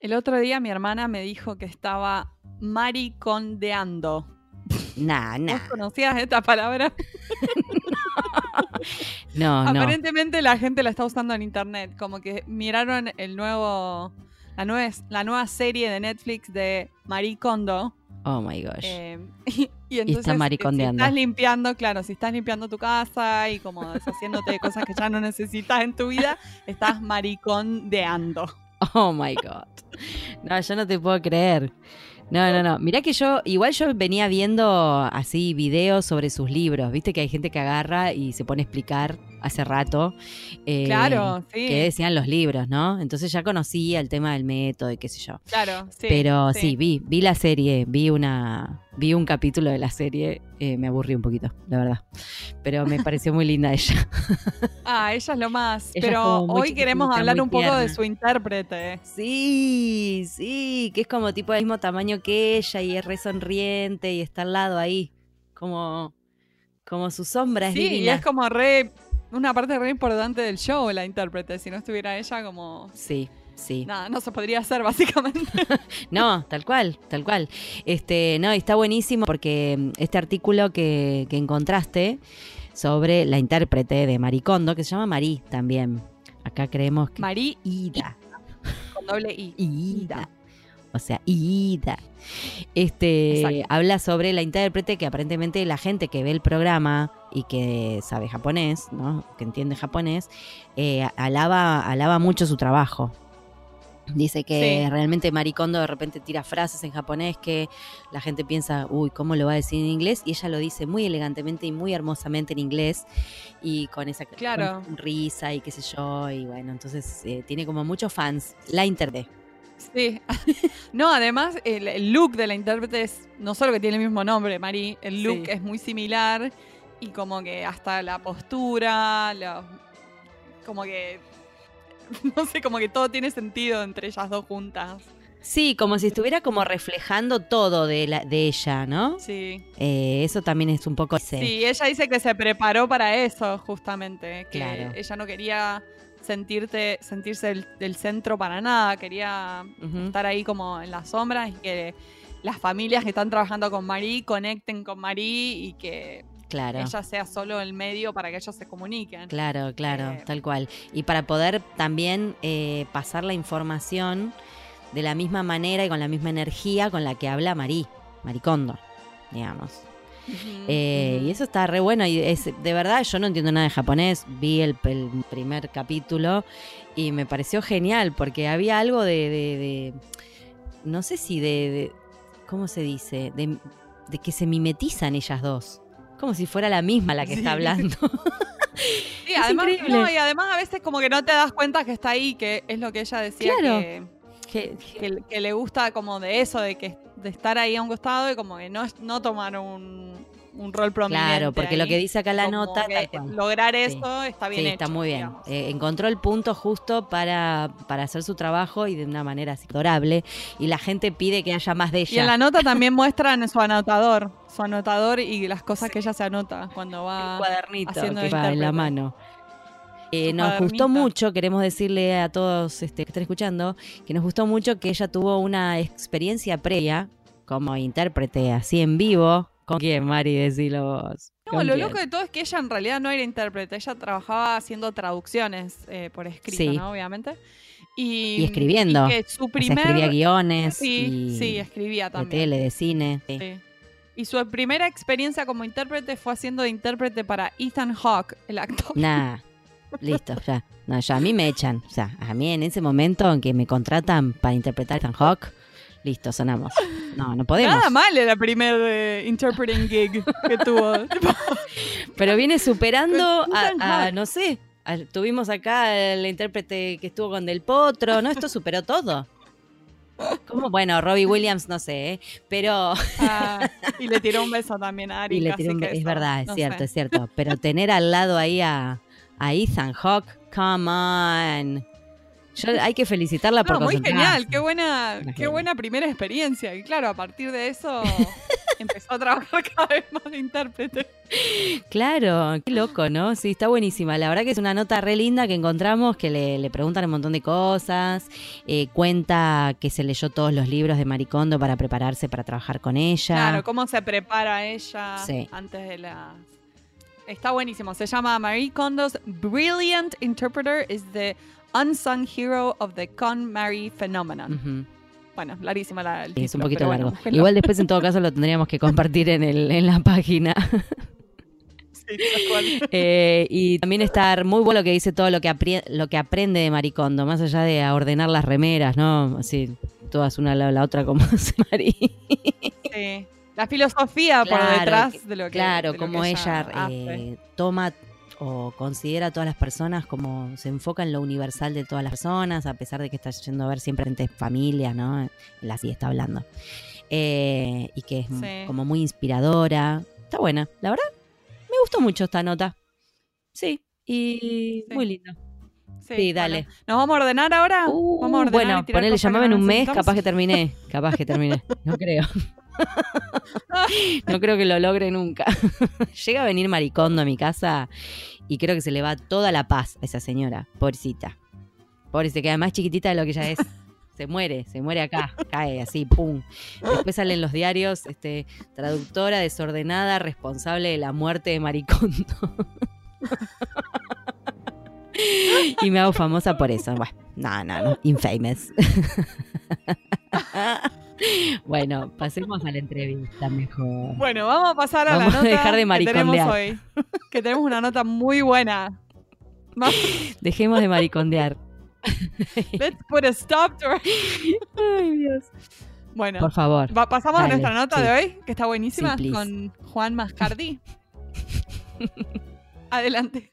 El otro día mi hermana me dijo que estaba maricondeando. Nah. ¿Vos conocías esta palabra? No. Aparentemente la gente la está usando en internet. Como que miraron la nueva serie de Netflix de Marie Kondo. Oh my gosh. Y entonces, está maricondeando. si estás limpiando tu casa y como deshaciéndote de cosas que ya no necesitas en tu vida, estás maricondeando. Oh my God. No, yo no te puedo creer. No. Mirá que yo venía viendo así videos sobre sus libros. Viste que hay gente que agarra y se pone a explicar hace rato. Claro, sí. Que decían los libros, ¿no? Entonces ya conocía el tema del método y qué sé yo. Claro, sí. Pero sí, vi la serie, vi un capítulo de la serie. Me aburrí un poquito, la verdad. Pero me pareció muy linda ella. Ella es lo más. Ella pero es como hoy queremos hablar un poco de su intérprete. Sí, que es como tipo del mismo tamaño que ella y es re sonriente y está al lado ahí. Como su sombra es divina. Sí, y es como una parte re importante del show, la intérprete. Si no estuviera ella, como... Sí. Nada, no se podría hacer, básicamente. No, tal cual. No, está buenísimo porque este artículo que encontraste sobre la intérprete de Marie Kondo, que se llama Marie también. Acá creemos que... Marie Ida. Con doble I. Ida. O sea, Ida. Habla sobre la intérprete, que aparentemente la gente que ve el programa y que sabe japonés, ¿no? Que entiende japonés, alaba mucho su trabajo. Dice que realmente Marie Kondo de repente tira frases en japonés que la gente piensa, uy, ¿cómo lo va a decir en inglés? Y ella lo dice muy elegantemente y muy hermosamente en inglés y con esa risa y qué sé yo. Y bueno, entonces tiene como muchos fans. La intérprete. Sí. No, además el look de la intérprete es no solo que tiene el mismo nombre, Marie, el look es muy similar y como que hasta la postura, como que... No sé, como que todo tiene sentido entre ellas dos juntas. Sí, como si estuviera como reflejando todo de ella, ¿no? Sí. Eso también es un poco... Sí, ella dice que se preparó para eso, justamente. Que claro. Ella no quería sentirse del centro para nada. Quería estar ahí como en las sombras y que las familias que están trabajando con Marie conecten con Marie y que... Claro. Ella sea solo el medio para que ellos se comuniquen. Claro, tal cual. Y para poder también pasar la información de la misma manera y con la misma energía con la que habla Marie Kondo, digamos. Y eso está re bueno. Y de verdad, yo no entiendo nada de japonés. Vi el primer capítulo y me pareció genial porque había algo de no sé si de ¿cómo se dice? De que se mimetizan ellas dos. Como si fuera la misma la que está hablando. Sí, además, y además a veces como que no te das cuenta que está ahí, que es lo que ella decía, claro. que le gusta como de eso, de estar ahí a un costado y como que no tomar un rol prominente. Claro, porque ahí, lo que dice acá la como nota... que lograr eso está bien hecho. Está muy bien. Encontró el punto justo para hacer su trabajo y de una manera así adorable. Y la gente pide que haya más de ella. Y en la nota también muestran su anotador y las cosas que ella se anota cuando va el cuadernito haciendo que va en la mano. Nos gustó mucho, queremos decirle a todos que están escuchando, que nos gustó mucho que ella tuvo una experiencia previa como intérprete así en vivo. ¿Con quién, Mari? Decilo vos. No, lo loco de todo es que ella en realidad no era intérprete, ella trabajaba haciendo traducciones por escrito, ¿no? Obviamente. Y escribiendo. Y que su escribía guiones. Sí, escribía también. De tele, de cine. Sí. Y su primera experiencia como intérprete fue haciendo de intérprete para Ethan Hawke, el actor. Nah, listo, ya. No, ya a mí me echan. O sea, a mí en ese momento en que me contratan para interpretar a Ethan Hawke, listo, sonamos. No podemos. Nada mal era el primer interpreting gig que tuvo. Pero viene superando a no sé, tuvimos acá el intérprete que estuvo con Del Potro, ¿no? Esto superó todo. ¿Cómo? Bueno, Robbie Williams, no sé, pero... y le tiró un beso también a Ari. Es verdad, es cierto. Pero tener al lado ahí a Ethan Hawke, come on. Hay que felicitarla por muy concentrarse. genial, qué buena primera experiencia. Y claro, a partir de eso empezó a trabajar cada vez más de intérprete. Claro, qué loco, ¿no? Sí, está buenísima. La verdad que es una nota re linda que encontramos, que le preguntan un montón de cosas. Cuenta que se leyó todos los libros de Marie Kondo para prepararse para trabajar con ella. Claro, cómo se prepara ella antes de la... Está buenísimo. Se llama Marie Kondo's Brilliant Interpreter is the Unsung Hero of the KonMari Phenomenon. Bueno, larguísima el título. Es un poquito largo. Bueno, igual después en todo caso lo tendríamos que compartir en la página. Sí, tal cual. Y también está muy bueno lo que dice todo lo que aprende de Marie Kondo, más allá de ordenar las remeras, ¿no? Así, todas una a la otra como hace Marie. Sí. La filosofía por detrás de lo que Claro, de lo como que ella toma o considera a todas las personas, como se enfoca en lo universal de todas las personas, a pesar de que está yendo a ver siempre entre familias, ¿no? La sí está hablando. Y que es como muy inspiradora. Está buena, la verdad. Me gustó mucho esta nota. Sí, y muy lindo. Sí, dale. Bueno, ¿nos vamos a ordenar ahora? Vamos a ordenar bueno, ponele, llamame en un mes, capaz que terminé. No creo. No creo que lo logre nunca. Llega a venir Marie Kondo a mi casa y creo que se le va toda la paz a esa señora. Pobrecita. Pobrecita, queda más chiquitita de lo que ella es. Se muere acá, cae así, pum. Después salen los diarios, traductora desordenada, responsable de la muerte de Marie Kondo. Y me hago famosa por eso. Bueno, no, infamous. Bueno, pasemos a la entrevista mejor. Bueno, vamos a pasar a la nota dejar de que tenemos hoy. Que tenemos una nota muy buena. Dejemos de maricondear. Let's put a stop to... Ay, Dios. Bueno, por favor. Pasamos a nuestra nota de hoy, que está buenísima, sí, con Juan Mascardi. Adelante.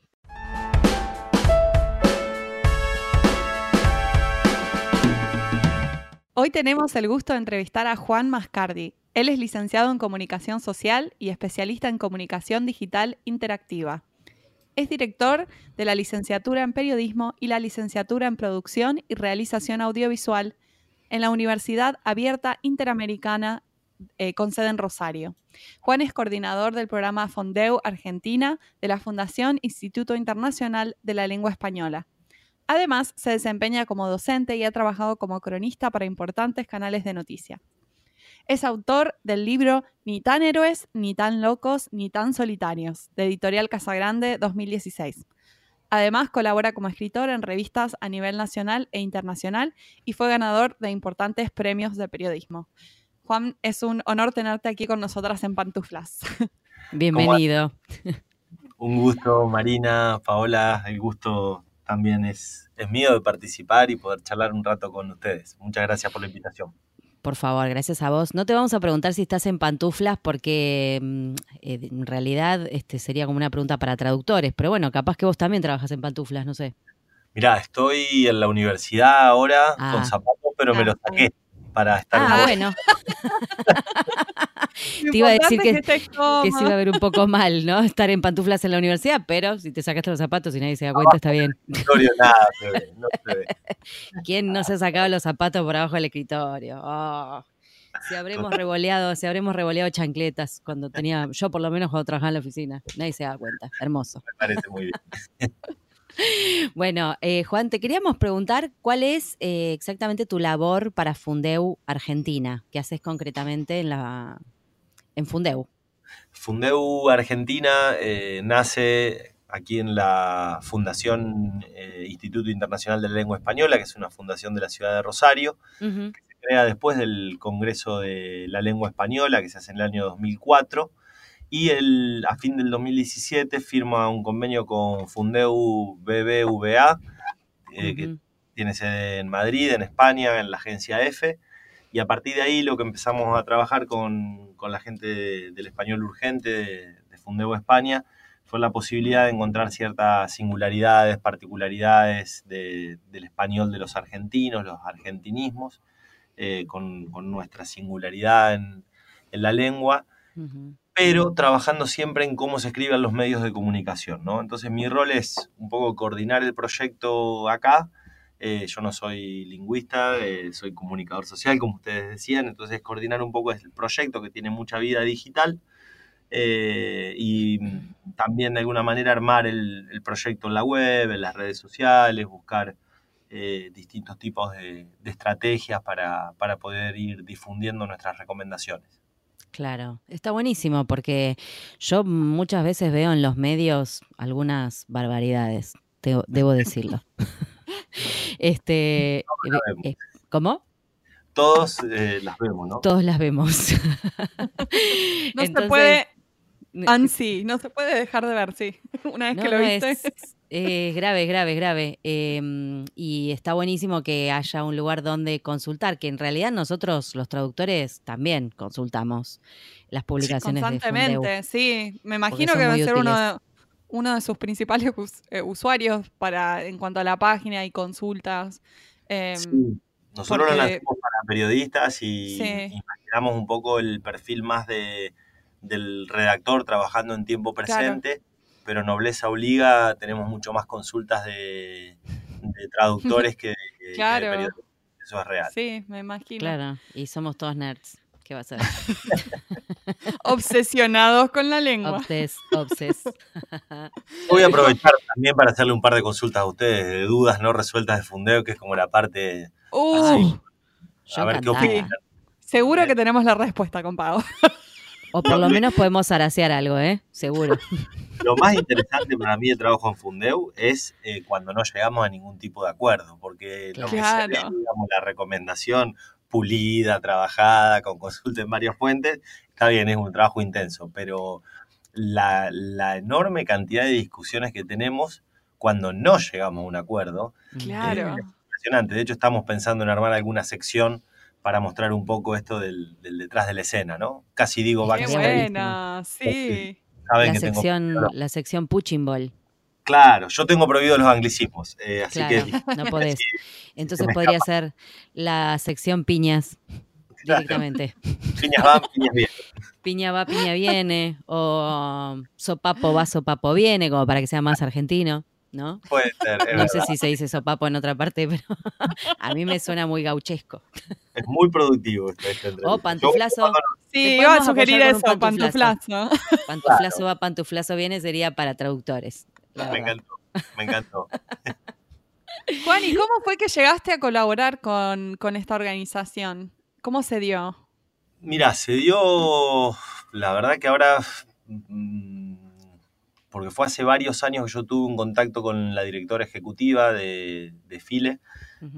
Hoy tenemos el gusto de entrevistar a Juan Mascardi. Él es licenciado en Comunicación Social y especialista en Comunicación Digital Interactiva. Es director de la licenciatura en Periodismo y la licenciatura en Producción y Realización Audiovisual en la Universidad Abierta Interamericana con sede en Rosario. Juan es coordinador del programa Fondeu Argentina de la Fundación Instituto Internacional de la Lengua Española. Además, se desempeña como docente y ha trabajado como cronista para importantes canales de noticia. Es autor del libro Ni tan héroes, ni tan locos, ni tan solitarios, de Editorial Casagrande 2016. Además, colabora como escritor en revistas a nivel nacional e internacional y fue ganador de importantes premios de periodismo. Juan, es un honor tenerte aquí con nosotras en Pantuflas. Bienvenido. Un gusto, Marina, Paola, el gusto también es mío de participar y poder charlar un rato con ustedes. Muchas gracias por la invitación. Por favor, gracias a vos. No te vamos a preguntar si estás en pantuflas porque en realidad sería como una pregunta para traductores, pero bueno, capaz que vos también trabajas en pantuflas, no sé. Mirá, estoy en la universidad ahora con zapatos, pero me los saqué para estar bueno. Te iba a decir que se iba a ver un poco mal, ¿no? Estar en pantuflas en la universidad, pero si te sacaste los zapatos y nadie se da cuenta, está bien. Nada se ve, no se ve. ¿Quién no se ha sacado los zapatos por abajo del escritorio? Oh, si habremos revoleado chancletas cuando yo por lo menos cuando trabajaba en la oficina. Nadie se da cuenta. Hermoso. Me parece muy bien. Bueno, Juan, te queríamos preguntar cuál es exactamente tu labor para Fundeu Argentina. ¿Qué haces concretamente en Fundeu? Fundeu Argentina nace aquí en la Fundación Instituto Internacional de la Lengua Española, que es una fundación de la ciudad de Rosario, que se crea después del Congreso de la Lengua Española, que se hace en el año 2004. Y a fin del 2017 firma un convenio con Fundeu BBVA, que tiene sede en Madrid, en España, en la agencia EFE. Y a partir de ahí lo que empezamos a trabajar con la gente del Español Urgente de Fundeu España fue la posibilidad de encontrar ciertas singularidades, particularidades del español de los argentinos, los argentinismos, con nuestra singularidad en la lengua. Pero trabajando siempre en cómo se escriben los medios de comunicación, ¿no? Entonces mi rol es un poco coordinar el proyecto acá Yo no soy lingüista, soy comunicador social, como ustedes decían, entonces coordinar un poco el proyecto que tiene mucha vida digital y también de alguna manera armar el proyecto en la web, en las redes sociales, buscar distintos tipos de estrategias para poder ir difundiendo nuestras recomendaciones. Claro, está buenísimo porque yo muchas veces veo en los medios algunas barbaridades, debo decirlo. ¿Cómo? Todos las vemos, ¿no? Todos las vemos. No se puede, Ansi, no se puede dejar de ver, sí. Una vez que lo viste. Es grave. Y está buenísimo que haya un lugar donde consultar, que en realidad nosotros los traductores también consultamos las publicaciones de Fundeu. Constantemente, sí. Me imagino que debe ser uno de sus principales usuarios en cuanto a la página y consultas. Sí. Nosotros lo lanzamos para periodistas y imaginamos un poco el perfil más del redactor trabajando en tiempo presente, claro. Pero Nobleza Obliga, tenemos mucho más consultas de traductores que claro. de periodistas. Eso es real. Sí, me imagino. Claro, y somos todos nerds. ¿Qué va a ser? Obsesionados con la lengua. Obses. Voy a aprovechar también para hacerle un par de consultas a ustedes de dudas no resueltas de Fundeu, que es como la parte así. A ver qué opinan. Seguro que tenemos la respuesta, compadre. O por lo menos podemos zarasear algo, Seguro. Lo más interesante para mí del trabajo en Fundeu es cuando no llegamos a ningún tipo de acuerdo, porque lo que se ve, digamos, la recomendación pulida, trabajada, con consulta en varias fuentes, está bien, es un trabajo intenso, pero la enorme cantidad de discusiones que tenemos cuando no llegamos a un acuerdo es impresionante. De hecho, estamos pensando en armar alguna sección para mostrar un poco esto del detrás de la escena, ¿no? Casi digo backstage. ¡Qué buena! Sí. La sección Punching Ball. Claro, yo tengo prohibidos los anglicismos, así claro, que... no podés. Entonces podría ser la sección piñas, directamente. Piñas van, piñas vienen. Piña va, piña viene, o sopapo va, sopapo viene, como para que sea más argentino, ¿no? Puede ser, no sé si se dice sopapo en otra parte, pero a mí me suena muy gauchesco. Es muy productivo este entrevista. O pantuflazo. Sí, iba a sugerir eso, pantuflazo. Pantuflazo claro. Va, pantuflazo viene, sería para traductores. Me encantó. Juan, ¿y cómo fue que llegaste a colaborar con esta organización? ¿Cómo se dio? Mira, se dio, la verdad que ahora, porque fue hace varios años que yo tuve un contacto con la directora ejecutiva de FILE. Uh-huh.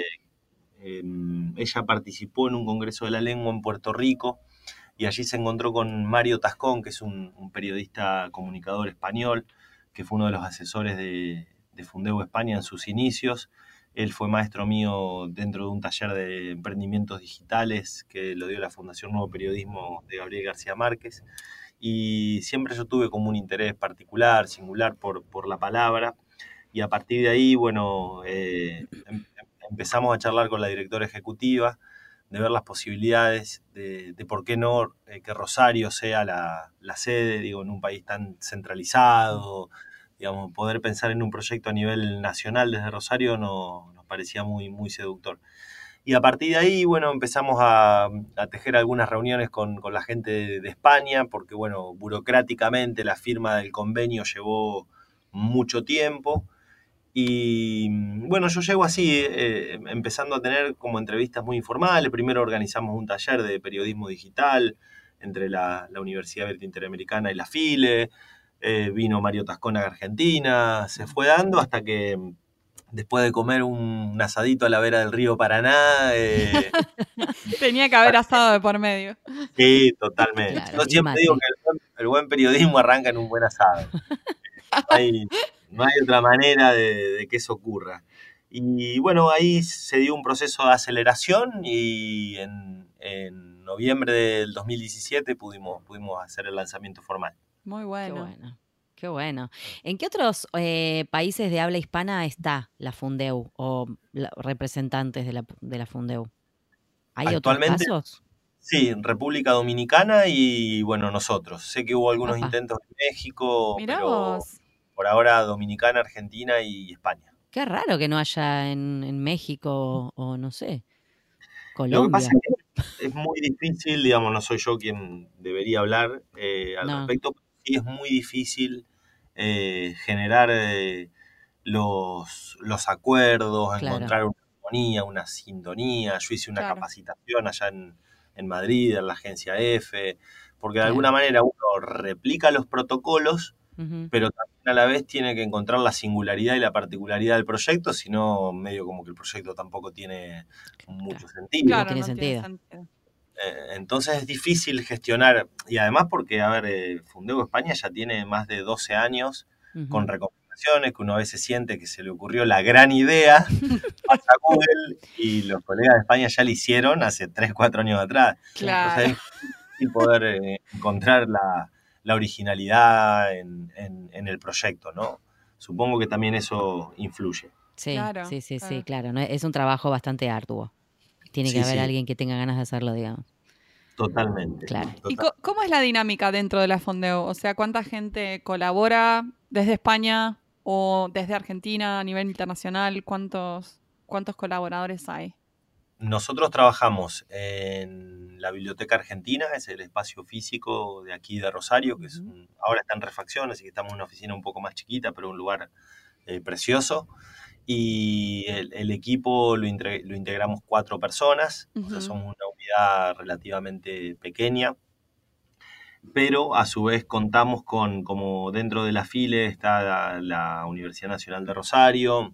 Ella participó en un congreso de la lengua en Puerto Rico y allí se encontró con Mario Tascón, que es un periodista comunicador español, que fue uno de los asesores de Fundeu España en sus inicios. Él fue maestro mío dentro de un taller de emprendimientos digitales que lo dio la Fundación Nuevo Periodismo de Gabriel García Márquez. Y siempre yo tuve como un interés particular, singular por la palabra. Y a partir de ahí, bueno, empezamos a charlar con la directora ejecutiva, de ver las posibilidades de por qué no que Rosario sea la sede, digo, en un país tan centralizado. Digamos, poder pensar en un proyecto a nivel nacional desde Rosario nos parecía muy, muy seductor. Y a partir de ahí, bueno, empezamos a tejer algunas reuniones con la gente de España, porque, bueno, burocráticamente la firma del convenio llevó mucho tiempo. Y, bueno, yo llego así, empezando a tener como entrevistas muy informales. Primero organizamos un taller de periodismo digital entre la Universidad Abierta Interamericana y la FILE. Vino Mario Tascón a Argentina, se fue dando hasta que después de comer un asadito a la vera del río Paraná... Tenía que haber asado de por medio. Sí, totalmente. Claro, yo siempre digo que el buen periodismo arranca en un buen asado. No hay otra manera de que eso ocurra. Y bueno, ahí se dio un proceso de aceleración y en noviembre del 2017 pudimos hacer el lanzamiento formal. Muy bueno. Qué bueno. ¿En qué otros países de habla hispana está la Fundeu o representantes de la Fundeu? ¿Hay otros casos? Sí, en República Dominicana y, bueno, nosotros. Sé que hubo algunos intentos en México, Mirá pero vos. Por ahora Dominicana, Argentina y España. Qué raro que no haya en México o no sé, Lo que pasa Colombia. es que es muy difícil, digamos, no soy yo quien debería hablar al No, respecto, pero sí es muy difícil generar los acuerdos, claro, encontrar una armonía, una sintonía. Yo hice una Claro, capacitación allá en Madrid, en la agencia F, porque de alguna claro. manera uno replica los protocolos, Ujú. pero también a la vez tiene que encontrar la singularidad y la particularidad del proyecto, si no, medio como que el proyecto tampoco tiene Claro, mucho sentido. no claro, tiene no tiene sentido. sentido. Entonces es difícil gestionar, y además porque, a ver, Fundeo España ya tiene más de 12 años con Ujú. recomendaciones, que uno a veces siente que se le ocurrió la gran idea, pasa a Google y los colegas de España ya la hicieron hace 3 4 años atrás. Claro. Entonces Claro, es difícil poder encontrar la originalidad en el proyecto, ¿no? Supongo que también eso influye. Sí, claro, sí, sí, sí, claro. claro. No, es un trabajo bastante arduo. Tiene que Sí, haber sí, alguien que tenga ganas de hacerlo, digamos. totalmente. Claro. ¿Y Total. cómo es la dinámica dentro de la Fondeo? O sea, ¿cuánta gente colabora desde España o desde Argentina a nivel internacional? ¿Cuántos colaboradores hay? Nosotros trabajamos en la Biblioteca Argentina, es el espacio físico de aquí de Rosario, que es Ujú. ahora está en refacción, así que estamos en una oficina un poco más chiquita, pero un lugar precioso. Y el equipo lo integramos 4 personas, o sea, Ujú. somos una unidad relativamente pequeña, pero a su vez contamos con, como dentro de la FILE está la Universidad Nacional de Rosario,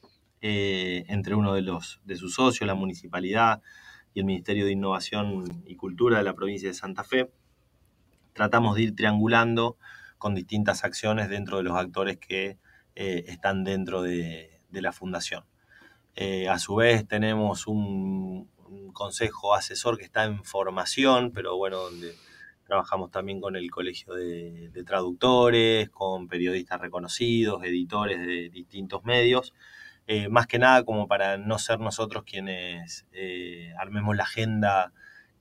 entre uno de sus socios, la municipalidad y el Ministerio de Innovación y Cultura de la provincia de Santa Fe. Tratamos de ir triangulando con distintas acciones dentro de los actores que están dentro de la fundación. A su vez tenemos un consejo asesor que está en formación, pero bueno, donde trabajamos también con el colegio de traductores, con periodistas reconocidos, editores de distintos medios, más que nada como para no ser nosotros quienes armemos la agenda,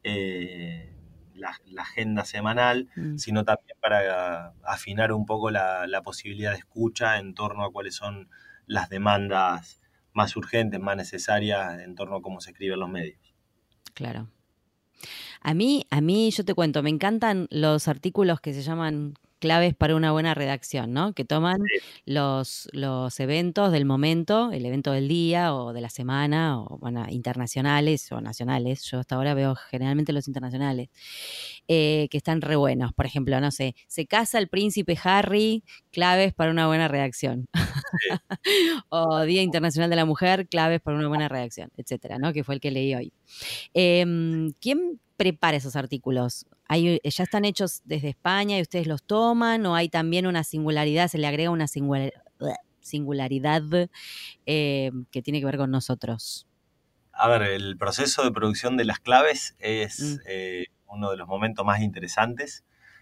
la agenda semanal, Mm. sino también para afinar un poco la posibilidad de escucha en torno a cuáles son las demandas más urgentes, más necesarias en torno a cómo se escriben los medios. Claro. A mí, yo te cuento, me encantan los artículos que se llaman claves para una buena redacción, ¿no? Que toman los eventos del momento, el evento del día o de la semana, o bueno, internacionales o nacionales. Yo hasta ahora veo generalmente los internacionales, que están re buenos. Por ejemplo, no sé, se casa el príncipe Harry, claves para una buena redacción. Sí. O Día Internacional de la Mujer, claves para una buena redacción, etcétera, ¿no? Que fue el que leí hoy. ¿Quién prepara esos artículos? ¿Ya están hechos desde España y ustedes los toman? ¿O hay también una singularidad, se le agrega una singularidad que tiene que ver con nosotros? A ver, el proceso de producción de las claves Mm, es uno de los momentos más interesantes.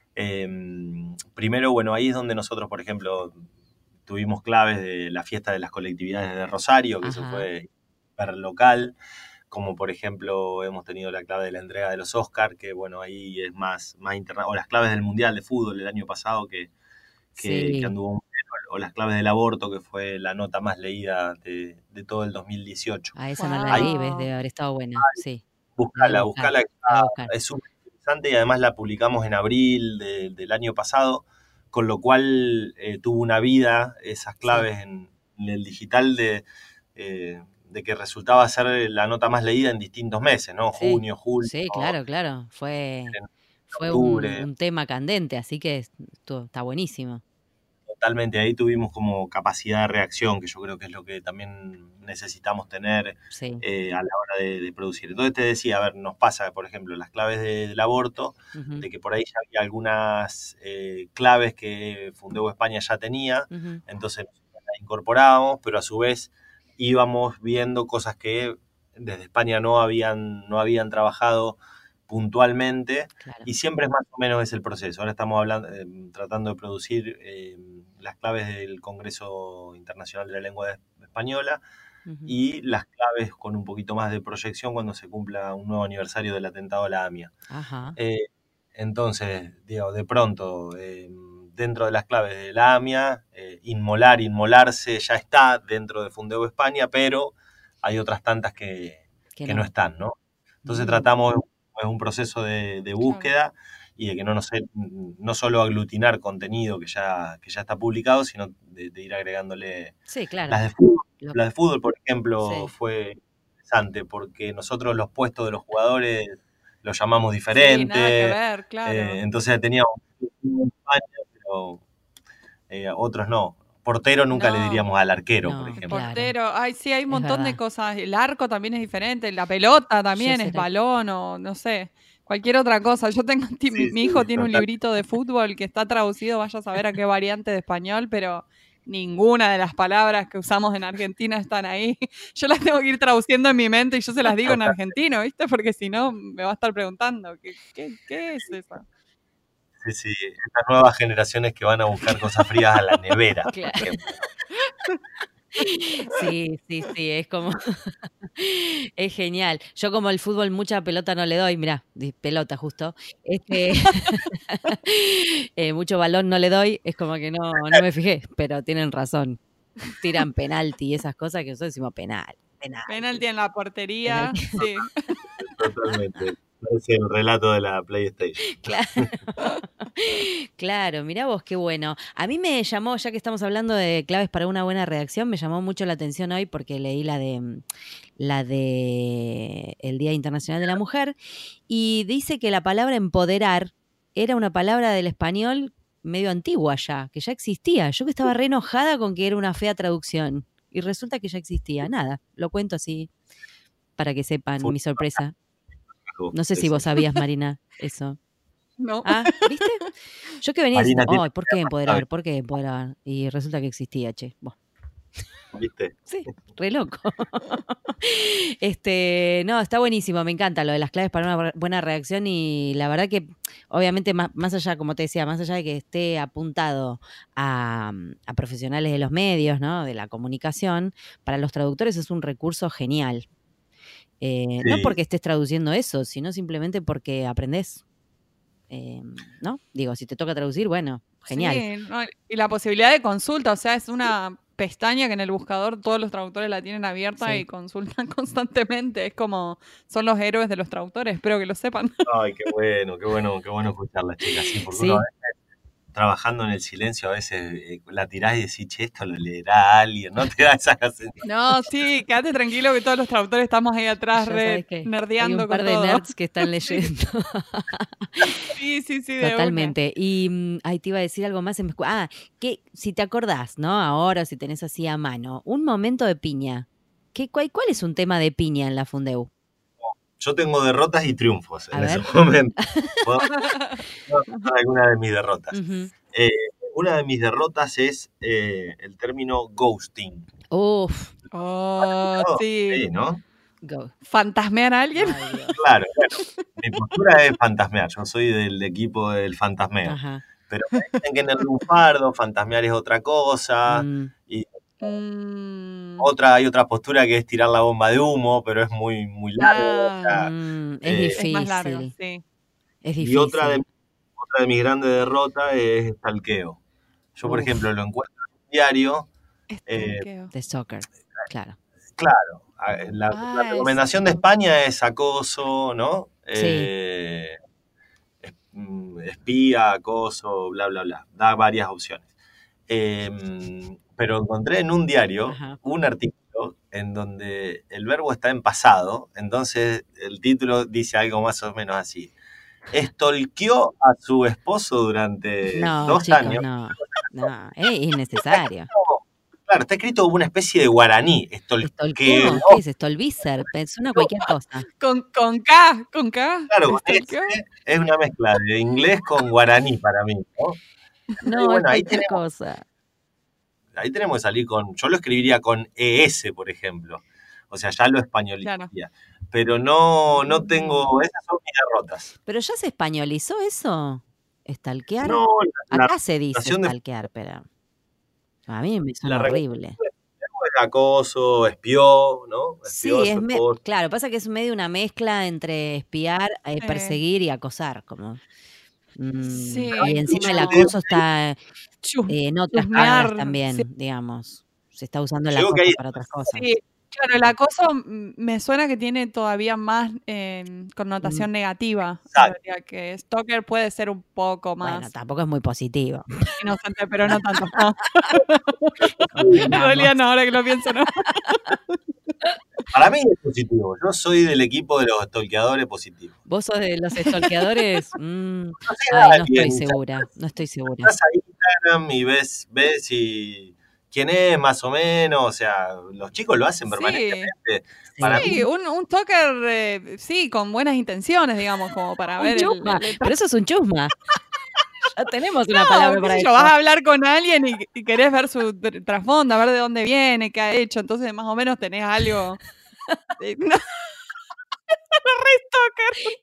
Primero, bueno, ahí es donde nosotros, por ejemplo, tuvimos claves de la fiesta de las colectividades de Rosario, que eso ajá, fue hiper local, como por ejemplo hemos tenido la clave de la entrega de los Oscar, que bueno, ahí es más internacional, o las claves del Mundial de Fútbol el año pasado, que sí. anduvo, o las claves del aborto, que fue la nota más leída de todo el 2018. A esa no la Ahí, leí, ¿ves? Debe Wow. haber estado buena, sí. La voy a búscala, buscar, búscala, la voy a buscar. es súper interesante y además la publicamos en abril del año pasado, con lo cual tuvo una vida esas Sí, claves en el digital de que resultaba ser la nota más leída en distintos meses, ¿no? sí, Junio, julio, sí, claro, claro. Fue octubre. un tema candente, así que está buenísimo. Totalmente, ahí tuvimos como capacidad de reacción, que yo creo que es lo que también necesitamos tener Sí. a la hora de producir. Entonces te decía, a ver, nos pasa, por ejemplo, las claves del aborto, Ujú, de que por ahí ya había algunas claves que Fundeo España ya tenía, ujú, entonces nosotros las incorporábamos, pero a su vez íbamos viendo cosas que desde España no habían trabajado puntualmente, claro. y siempre es más o menos ese el proceso. Ahora estamos hablando, tratando de producir las claves del Congreso Internacional de la Lengua Española Ujú. y las claves con un poquito más de proyección cuando se cumpla un nuevo aniversario del atentado a la AMIA. Ajá. Eh, entonces, digo, de pronto, dentro de las claves de la AMIA, inmolar, inmolarse, ya está dentro de Fundeo España, pero hay otras tantas que no están, ¿no? Entonces tratamos, es un proceso de búsqueda y de que no solo aglutinar contenido que ya está publicado, sino de ir agregándole las de fútbol. Las de fútbol, por ejemplo, fue interesante porque nosotros los puestos de los jugadores los llamamos diferente. Sí, nada que ver, claro. Entonces teníamos en España, pero otros no. Portero nunca le diríamos al arquero, por ejemplo. Portero, sí, hay un montón de cosas. El arco también es diferente, la pelota también es balón o no sé, cualquier otra cosa. Yo tengo, mi hijo tiene un librito de fútbol que está traducido, vaya a saber a qué variante de español, pero ninguna de las palabras que usamos en Argentina están ahí. Yo las tengo que ir traduciendo en mi mente y yo se las digo en argentino, ¿viste? Porque si no me va a estar preguntando, ¿qué es eso? Sí, estas nuevas generaciones que van a buscar cosas frías a la nevera. Claro. Por ejemplo. Sí, es como es genial. Yo como el fútbol mucha pelota no le doy, mirá, pelota justo. Mucho balón no le doy, es como que no me fijé, pero tienen razón. Tiran penalti y esas cosas que nosotros decimos penal. Penalti en la portería, sí. Totalmente. Es el relato de la PlayStation. Claro, mirá vos, qué bueno. A mí me llamó, ya que estamos hablando de claves para una buena redacción, me llamó mucho la atención hoy porque leí la de el Día Internacional de la Mujer y dice que la palabra empoderar era una palabra del español medio antigua ya, que ya existía. Yo que estaba re enojada con que era una fea traducción y resulta que ya existía. Nada, lo cuento así para que sepan mi sorpresa. No sé si vos sabías, Marina, eso. No. ¿Viste? Yo que venía diciendo, ¿por qué empoderar? ¿Por qué empoderar? Y resulta que existía, che. Bueno. ¿Viste? Sí, re loco. No, está buenísimo, me encanta lo de las claves para una buena reacción y la verdad que obviamente más allá, como te decía, más allá de que esté apuntado a profesionales de los medios, ¿no? De la comunicación, para los traductores es un recurso genial. No porque estés traduciendo eso, sino simplemente porque aprendés. ¿No? Digo, si te toca traducir, bueno, genial. Sí, y la posibilidad de consulta, o sea, es una pestaña que en el buscador todos los traductores la tienen abierta y consultan constantemente. Es como, son los héroes de los traductores, espero que lo sepan. Ay, qué bueno escucharla, chicas. Sí, porque uno a veces, trabajando en el silencio, a veces la tirás y decís, che, esto lo leerá alguien, ¿no? Te da esa sensación. No, sí, quédate tranquilo que todos los traductores estamos ahí atrás nerdeando. Hay un par de nerds que están leyendo. Sí, totalmente. Y te iba a decir algo más. Que si te acordás, ¿no? Ahora, si tenés así a mano, un momento de piña. ¿Cuál es un tema de piña en la Fundeu? Yo tengo derrotas y triunfos en ese momento. ¿Puedo alguna de mis derrotas? Uh-huh. Una de mis derrotas es el término ghosting. Uf. Sí, ¿no? ¿Fantasmear a alguien? Claro. Mi postura es fantasmear. Yo soy del equipo del fantasmeo. Ajá. Pero me dicen que en el lunfardo fantasmear es otra cosa. Y hay otra postura que es tirar la bomba de humo, pero es muy, muy largo. Es difícil. Es más largo, sí. Es difícil. Y otra de mis grandes derrotas es stalkeo. Yo, por ejemplo, lo encuentro en un diario. De soccer, claro. Claro. La recomendación de España es acoso, ¿no? Espía, acoso, bla, bla, bla. Da varias opciones. Pero encontré en un diario un artículo en donde el verbo está en pasado, entonces el título dice algo más o menos así. Estolqueó a su esposo durante 2 años. No, es innecesario. Claro, está escrito como una especie de guaraní. Estolqueo, ¿qué es? Estolvícer, suena cualquier cosa. Con K. Claro, es una mezcla de inglés con guaraní para mí, ¿no? No, bueno, es cualquier cosa. Ahí tenemos que salir yo lo escribiría con ES, por ejemplo. O sea, ya lo españolizaría. Claro. Pero no tengo, esas son mis derrotas. ¿Pero ya se españolizó eso? ¿Stalkear? No, acá se dice stalkear, pero a mí me suena horrible. Es acoso, espió, ¿no? Espió sí, claro, pasa que es medio una mezcla entre espiar, perseguir y acosar, como... Sí, Y encima el como acoso está en otras palabras chusmear. también, Sí, digamos. Se está usando el Yo digo que acoso hay para otras cosas. sí, claro, el acoso me suena que tiene todavía más Mm, connotación negativa, en exacto. realidad, que stalker puede ser un poco Bueno, más tampoco es muy positivo. inocente, pero no tanto, no. En Convengamos. realidad no, ahora que lo pienso, no. Para mí es positivo. Yo soy del equipo de los stalkeadores positivos. ¿Vos sos de los stalkeadores? Conoces Ay, a no estoy alguien, segura, no estoy segura. entras a Instagram y ves quién es más o menos. O sea, los chicos lo hacen Sí, permanentemente. Para mí, sí, un stalker, sí, con buenas intenciones, digamos, como para Un ver chusma, pero eso es un chusma. Ya tenemos una No, palabra qué para sé eso. yo, vas a hablar con alguien y querés ver su trasfondo, a ver de dónde viene, qué ha hecho, entonces más o menos tenés algo. No, re stalker.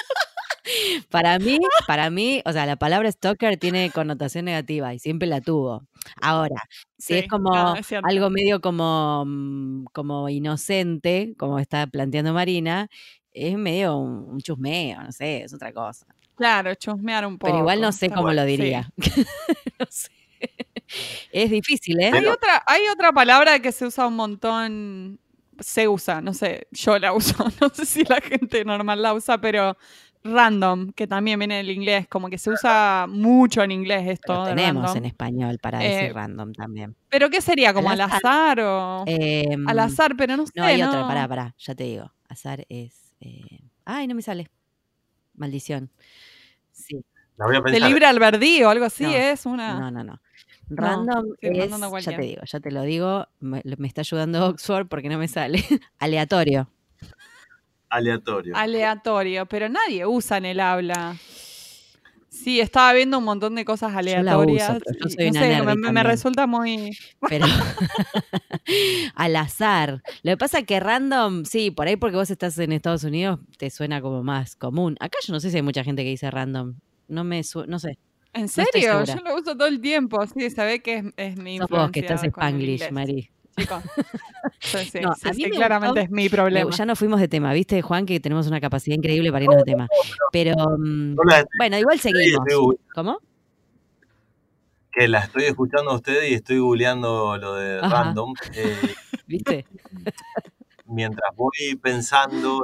Para mí, o sea, la palabra stalker tiene connotación negativa y siempre la tuvo. Ahora, si es Sí, como no, es cierto. algo medio como inocente, como está planteando Marina, es medio un chusmeo, no sé, es otra cosa. Claro, chusmear un poco. Pero igual no sé cómo lo diría. Sí. No sé. Es difícil, ¿eh? Hay otra palabra que se usa un montón, se usa, no sé, yo la uso, no sé si la gente normal la usa, pero random, que también viene del inglés, como que se usa mucho en inglés Lo esto de tenemos random. en español para decir random también. ¿Pero qué sería? ¿Como Al al azar. azar o...? Al azar, pero no sé, No, hay otra, ¿no? pará, ya te digo. Azar es... Ay, no me sale. Maldición. Sí. la voy a De pensar. libre albedrío, algo así, No, es una... no. Random sí, es, random de ya te cualquiera. digo, ya te lo digo, me está ayudando Oxford porque no me sale. Aleatorio. Aleatorio. Aleatorio, pero nadie usa en el habla. Sí, estaba viendo un montón de cosas Yo la uso, aleatorias pero yo y soy no una sé, nerdy me también. resulta muy... Pero al azar. Lo que pasa es que random, sí, por ahí porque vos estás en Estados Unidos te suena como más común. Acá yo no sé si hay mucha gente que dice random. No sé. ¿En No estoy serio? segura. Yo lo uso todo el tiempo. Sí, se ve que es mi Sos vos que estás influencia con el Spanglish, inglés. Mari. Chicos. Sí, No, a mí me claramente gustó. es mi problema. Ya nos fuimos de tema, ¿viste, Juan? Que tenemos una capacidad increíble para irnos de tema. Pero, Yo las estoy bueno, igual escuchando y seguimos. ¿Cómo? que la estoy escuchando a ustedes y estoy googleando lo de Ajá. random. ¿Viste? Mientras voy pensando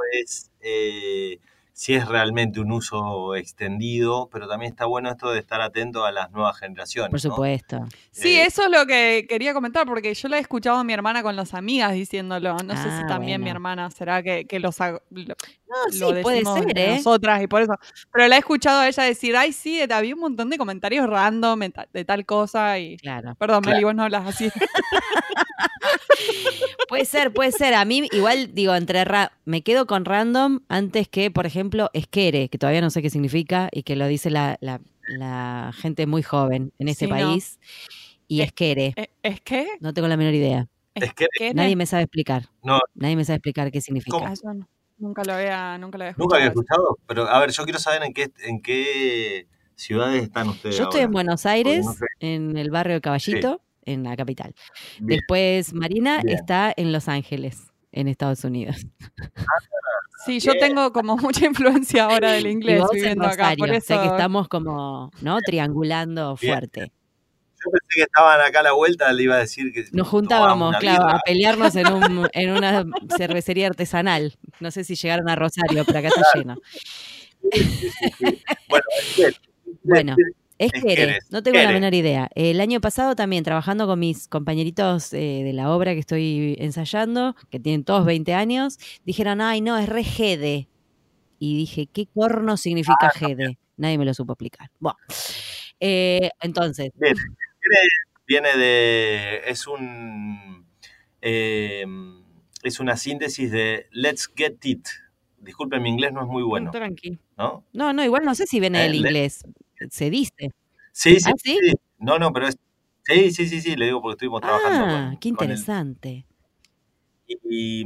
si es realmente un uso extendido, pero también está bueno esto de estar atento a las nuevas generaciones. Por supuesto. ¿no? Sí, eso es lo que quería comentar, porque yo la he escuchado a mi hermana con las amigas diciéndolo. No sé si también mi hermana será que lo sí, puede decimos ser, entre nosotras y por eso. Pero la he escuchado a ella decir, ay, sí, había un montón de comentarios random de tal cosa y... Claro. Perdón, Meli, vos no hablas así. Puede ser. A mí, igual, digo, me quedo con random antes que, por ejemplo, esquere, que todavía no sé qué significa y que lo dice la gente muy joven en este Sí, no. país. Y esquere. ¿Es qué? No tengo la menor idea. Nadie me sabe explicar. No. Nadie me sabe explicar qué significa. ¿Cómo? Yo nunca lo había escuchado. ¿Nunca había escuchado? Pero, a ver, yo quiero saber en qué ciudades están ustedes Yo estoy ahora. en Buenos Aires, No sé. en el barrio de Caballito, en la capital. Bien. Después Marina está en Los Ángeles, en Estados Unidos. Sí, yo tengo como mucha influencia ahora del inglés y vos viviendo en Rosario, acá, por eso... O sea que estamos como, ¿no? Triangulando fuerte. Yo pensé que estaban acá a la vuelta, le iba a decir que nos juntábamos, claro, a pelearnos en una cervecería artesanal. No sé si llegaron a Rosario, pero acá está lleno. Sí. Bueno, esquere, no tengo la menor idea. El año pasado también, trabajando con mis compañeritos de la obra que estoy ensayando, que tienen todos 20 años, dijeron, ay, no, es re jede. Y dije, ¿qué corno significa jede? Nadie me lo supo explicar. Bueno, entonces... Bien. Viene de... Es una síntesis de Let's Get It. Disculpen, mi inglés no es muy bueno. Tranqui. ¿No? No, igual no sé si viene del inglés. Se dice. Sí. ¿Ah, sí? No, pero es... Sí, le digo porque estuvimos trabajando con... qué interesante. Y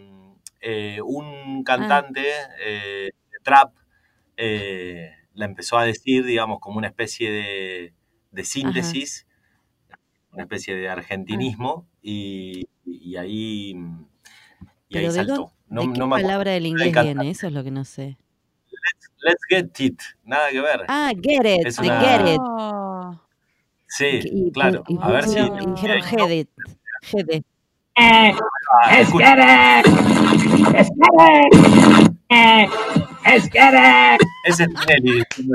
un cantante de trap la empezó a decir, digamos, como una especie de síntesis, una especie de argentinismo, y ahí Pero saltó. ¿de qué palabra del inglés viene? Eso es lo que no sé. Let's Get It. Nada que ver. Ah, Get It, Es de una- Get It. Sí, claro. Y, A ver si... y dijeron Head It. Head It. Let's get it. Let's get it. Let's get it. Ese es Tinelli diciendo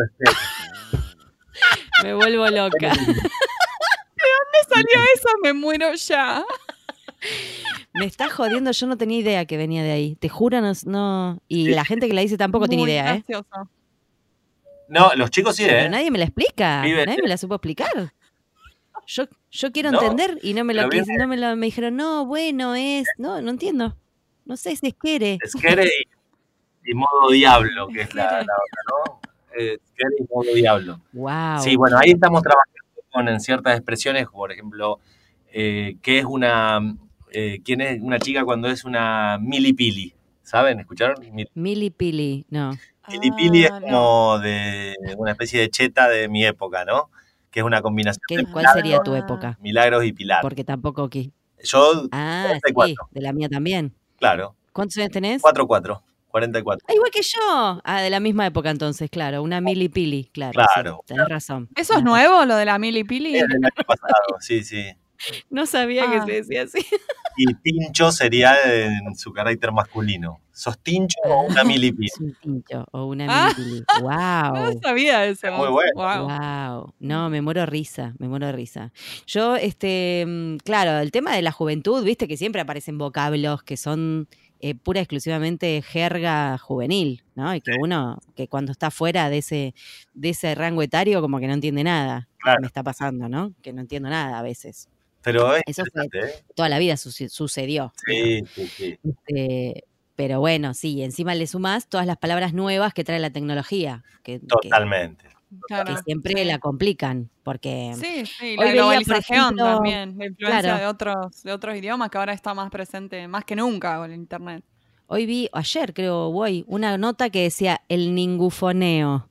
Me vuelvo loca. ¿Dónde salió eso? Me muero ya. Me está jodiendo, yo no tenía idea que venía de ahí. Te juro, no. Y la gente que la dice tampoco tiene Muy idea, ¿eh? gracioso. No, los chicos sí, Pero nadie me la explica. Vive- Nadie me la supo explicar. Yo quiero No, entender y no me lo pero viene- me dijeron, no, bueno, no entiendo. No sé si es quiere. Scary y modo diablo, que es la otra, ¿no? Scary y modo diablo. Wow. Sí, bueno, ahí estamos trabajando en ciertas expresiones, por ejemplo, ¿qué es quién es una chica cuando es una milipili? ¿Saben? ¿Escucharon? Milipili, no. Milipili es no. como de una especie de cheta de mi época, ¿no? Que es una combinación de ¿Cuál sería tu época? Milagros y Pilar. Porque tampoco aquí. Yo, Ah, 44. sí, de la mía también. Claro, ¿Cuántos años tenés? 44. Ah, Igual que yo. Ah, de la misma época entonces, claro. Una milipili, claro. Claro. Sí, tenés razón. ¿Eso es nuevo, lo de la milipili? Es del año pasado, sí. No sabía que se decía así. Y tincho sería en su carácter masculino. ¿Sos tincho o una milipili? Es un tincho o una Ah. milipili. No Wow. sabía eso. Muy bueno. Wow. Wow. No, me muero de risa. Yo, claro, el tema de la juventud, viste que siempre aparecen vocablos que son pura y exclusivamente jerga juvenil, ¿no? Y que uno, que cuando está fuera de ese rango etario, como que no entiende nada. Claro. Me está pasando, ¿no? Que no entiendo nada a veces. Pero es Eso fue interesante, ¿eh? toda la vida sucedió. Sí. Pero bueno, sí, encima le sumás todas las palabras nuevas que trae la tecnología. Que Totalmente. Claro. que siempre la complican, porque Sí, hoy la veía, por globalización ejemplo, también, la influencia claro. de otros idiomas que ahora está más presente, más que nunca con el internet. Hoy vi, ayer creo, una nota que decía el ningufoneo.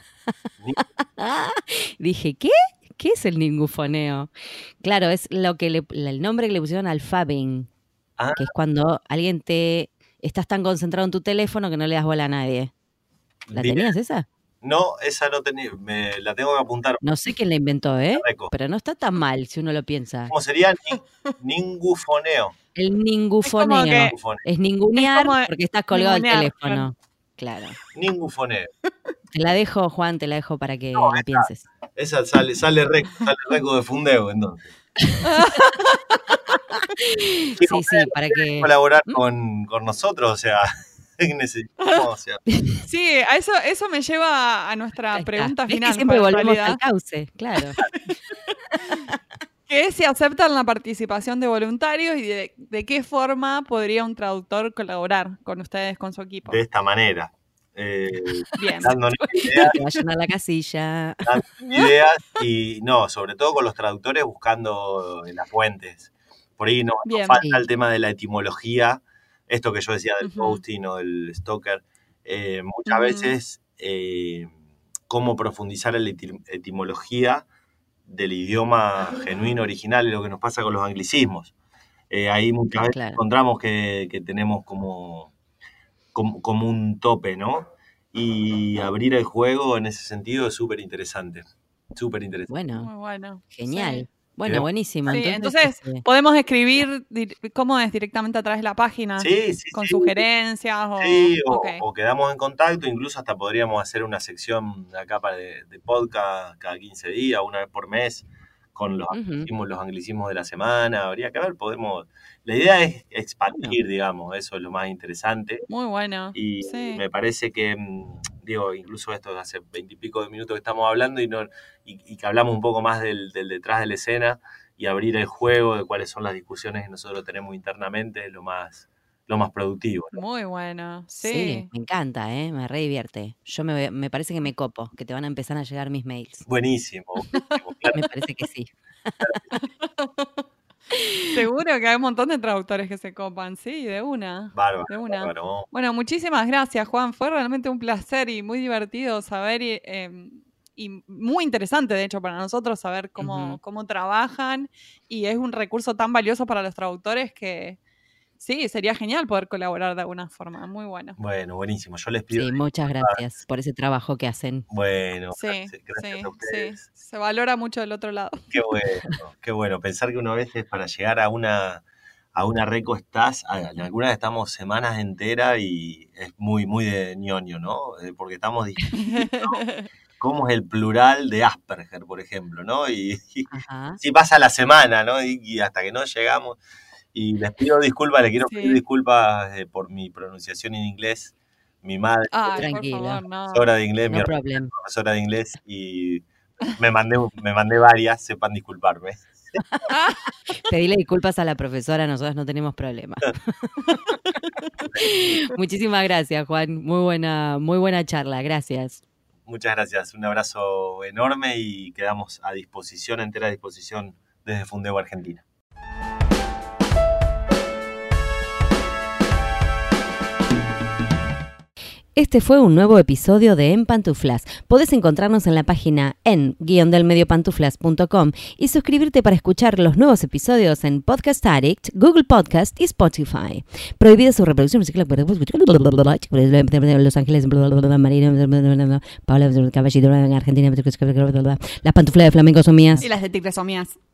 Dije, ¿qué? ¿Qué es el ningufoneo? Claro, es el nombre que le pusieron al fabbing, Ah. que es cuando alguien estás tan concentrado en tu teléfono que no le das bola a nadie. ¿La Bien. tenías esa? No, esa no tenía, la tengo que apuntar. No sé quién la inventó, ¿eh? Reco. Pero no está tan mal si uno lo piensa. ¿Cómo sería? Ningufoneo. El ningufoneo. que- Es ningunear es como porque estás colgado del ningunear, teléfono. Claro. Ningufoneo. Te la dejo, Juan, para que la pienses. Esa sale reco de fundeo, entonces. Sí, para que... Colaborar con nosotros, o sea, necesitamos, o sea. Sí, eso me lleva a nuestra Ahí está. pregunta ¿Ves final. que siempre en volvemos realidad, al cauce? Claro. que es si aceptan la participación de voluntarios y de qué forma podría un traductor colaborar con ustedes, con su equipo. De esta manera. Bien. Dándonos ideas, Que vayan a la casilla. y no, sobre todo con los traductores buscando en las fuentes. Por ahí nos Bien. falta Sí. el tema de la etimología, esto que yo decía del Ujú. ghosting o del stalker. Muchas Ujú. veces cómo profundizar en la etimología del idioma genuino original y lo que nos pasa con los anglicismos. Ahí muchas veces Claro. encontramos que tenemos como un tope, ¿no? Y abrir el juego en ese sentido es súper interesante. Súper interesante. Bueno, Muy bueno. genial. Sí. Bueno, buenísimo. Sí, entonces podemos escribir cómo es directamente a través de la página, Sí, con sí. sugerencias o... Sí, Ok. o quedamos en contacto, incluso hasta podríamos hacer una sección acá de podcast cada 15 días, una vez por mes, con los anglicismos de la semana. Habría que ver, la idea es expandir, digamos, eso es lo más interesante. Muy bueno. Y Sí. me parece que, digo, incluso esto hace 20 y pico de minutos que estamos hablando y que hablamos un poco más del detrás de la escena y abrir el juego de cuáles son las discusiones que nosotros tenemos internamente es lo más productivo, ¿no? Muy bueno. Sí, Sí. me encanta, me re divierte. Yo me parece que me copo, que te van a empezar a llegar mis mails. Buenísimo. Claro. Me parece que sí. Seguro que hay un montón de traductores que se copan, sí, de una. Bárbaro, De una. bárbaro. Bueno, muchísimas gracias, Juan. Fue realmente un placer y muy divertido saber y muy interesante, de hecho, para nosotros saber cómo trabajan. Y es un recurso tan valioso para los traductores que Sí, sería genial poder colaborar de alguna forma. Muy bueno. Bueno, buenísimo. Yo les pido. Sí, muchas gracias por ese trabajo que hacen. Bueno, Sí, gracias a ustedes. Sí. Se valora mucho del otro lado. Qué bueno. Pensar que uno a veces para llegar a una reco en algunas estamos semanas enteras y es muy, muy de ñoño, ¿no? Porque estamos discutiendo cómo es el plural de Asperger, por ejemplo, ¿no? Y si pasa la semana, ¿no? Y hasta que no llegamos. Y les pido disculpas, les quiero pedir disculpas por mi pronunciación en inglés. Mi madre tranquila, profesora de inglés, mi hermana profesora de inglés, y me mandé varias, sepan disculparme. Pedile disculpas a la profesora, nosotros no tenemos problema. Muchísimas gracias, Juan. Muy buena charla, gracias. Muchas gracias, un abrazo enorme y quedamos entera disposición desde Fundeo Argentina. Este fue un nuevo episodio de En Pantuflas. Podés encontrarnos en la página en-delmediopantuflas.com y suscribirte para escuchar los nuevos episodios en Podcast Addict, Google Podcast y Spotify. Prohibida su reproducción musical. Los Ángeles, Marina, Paula, Caballito, Argentina, las pantuflas de flamenco son mías. Y las de tigre son mías.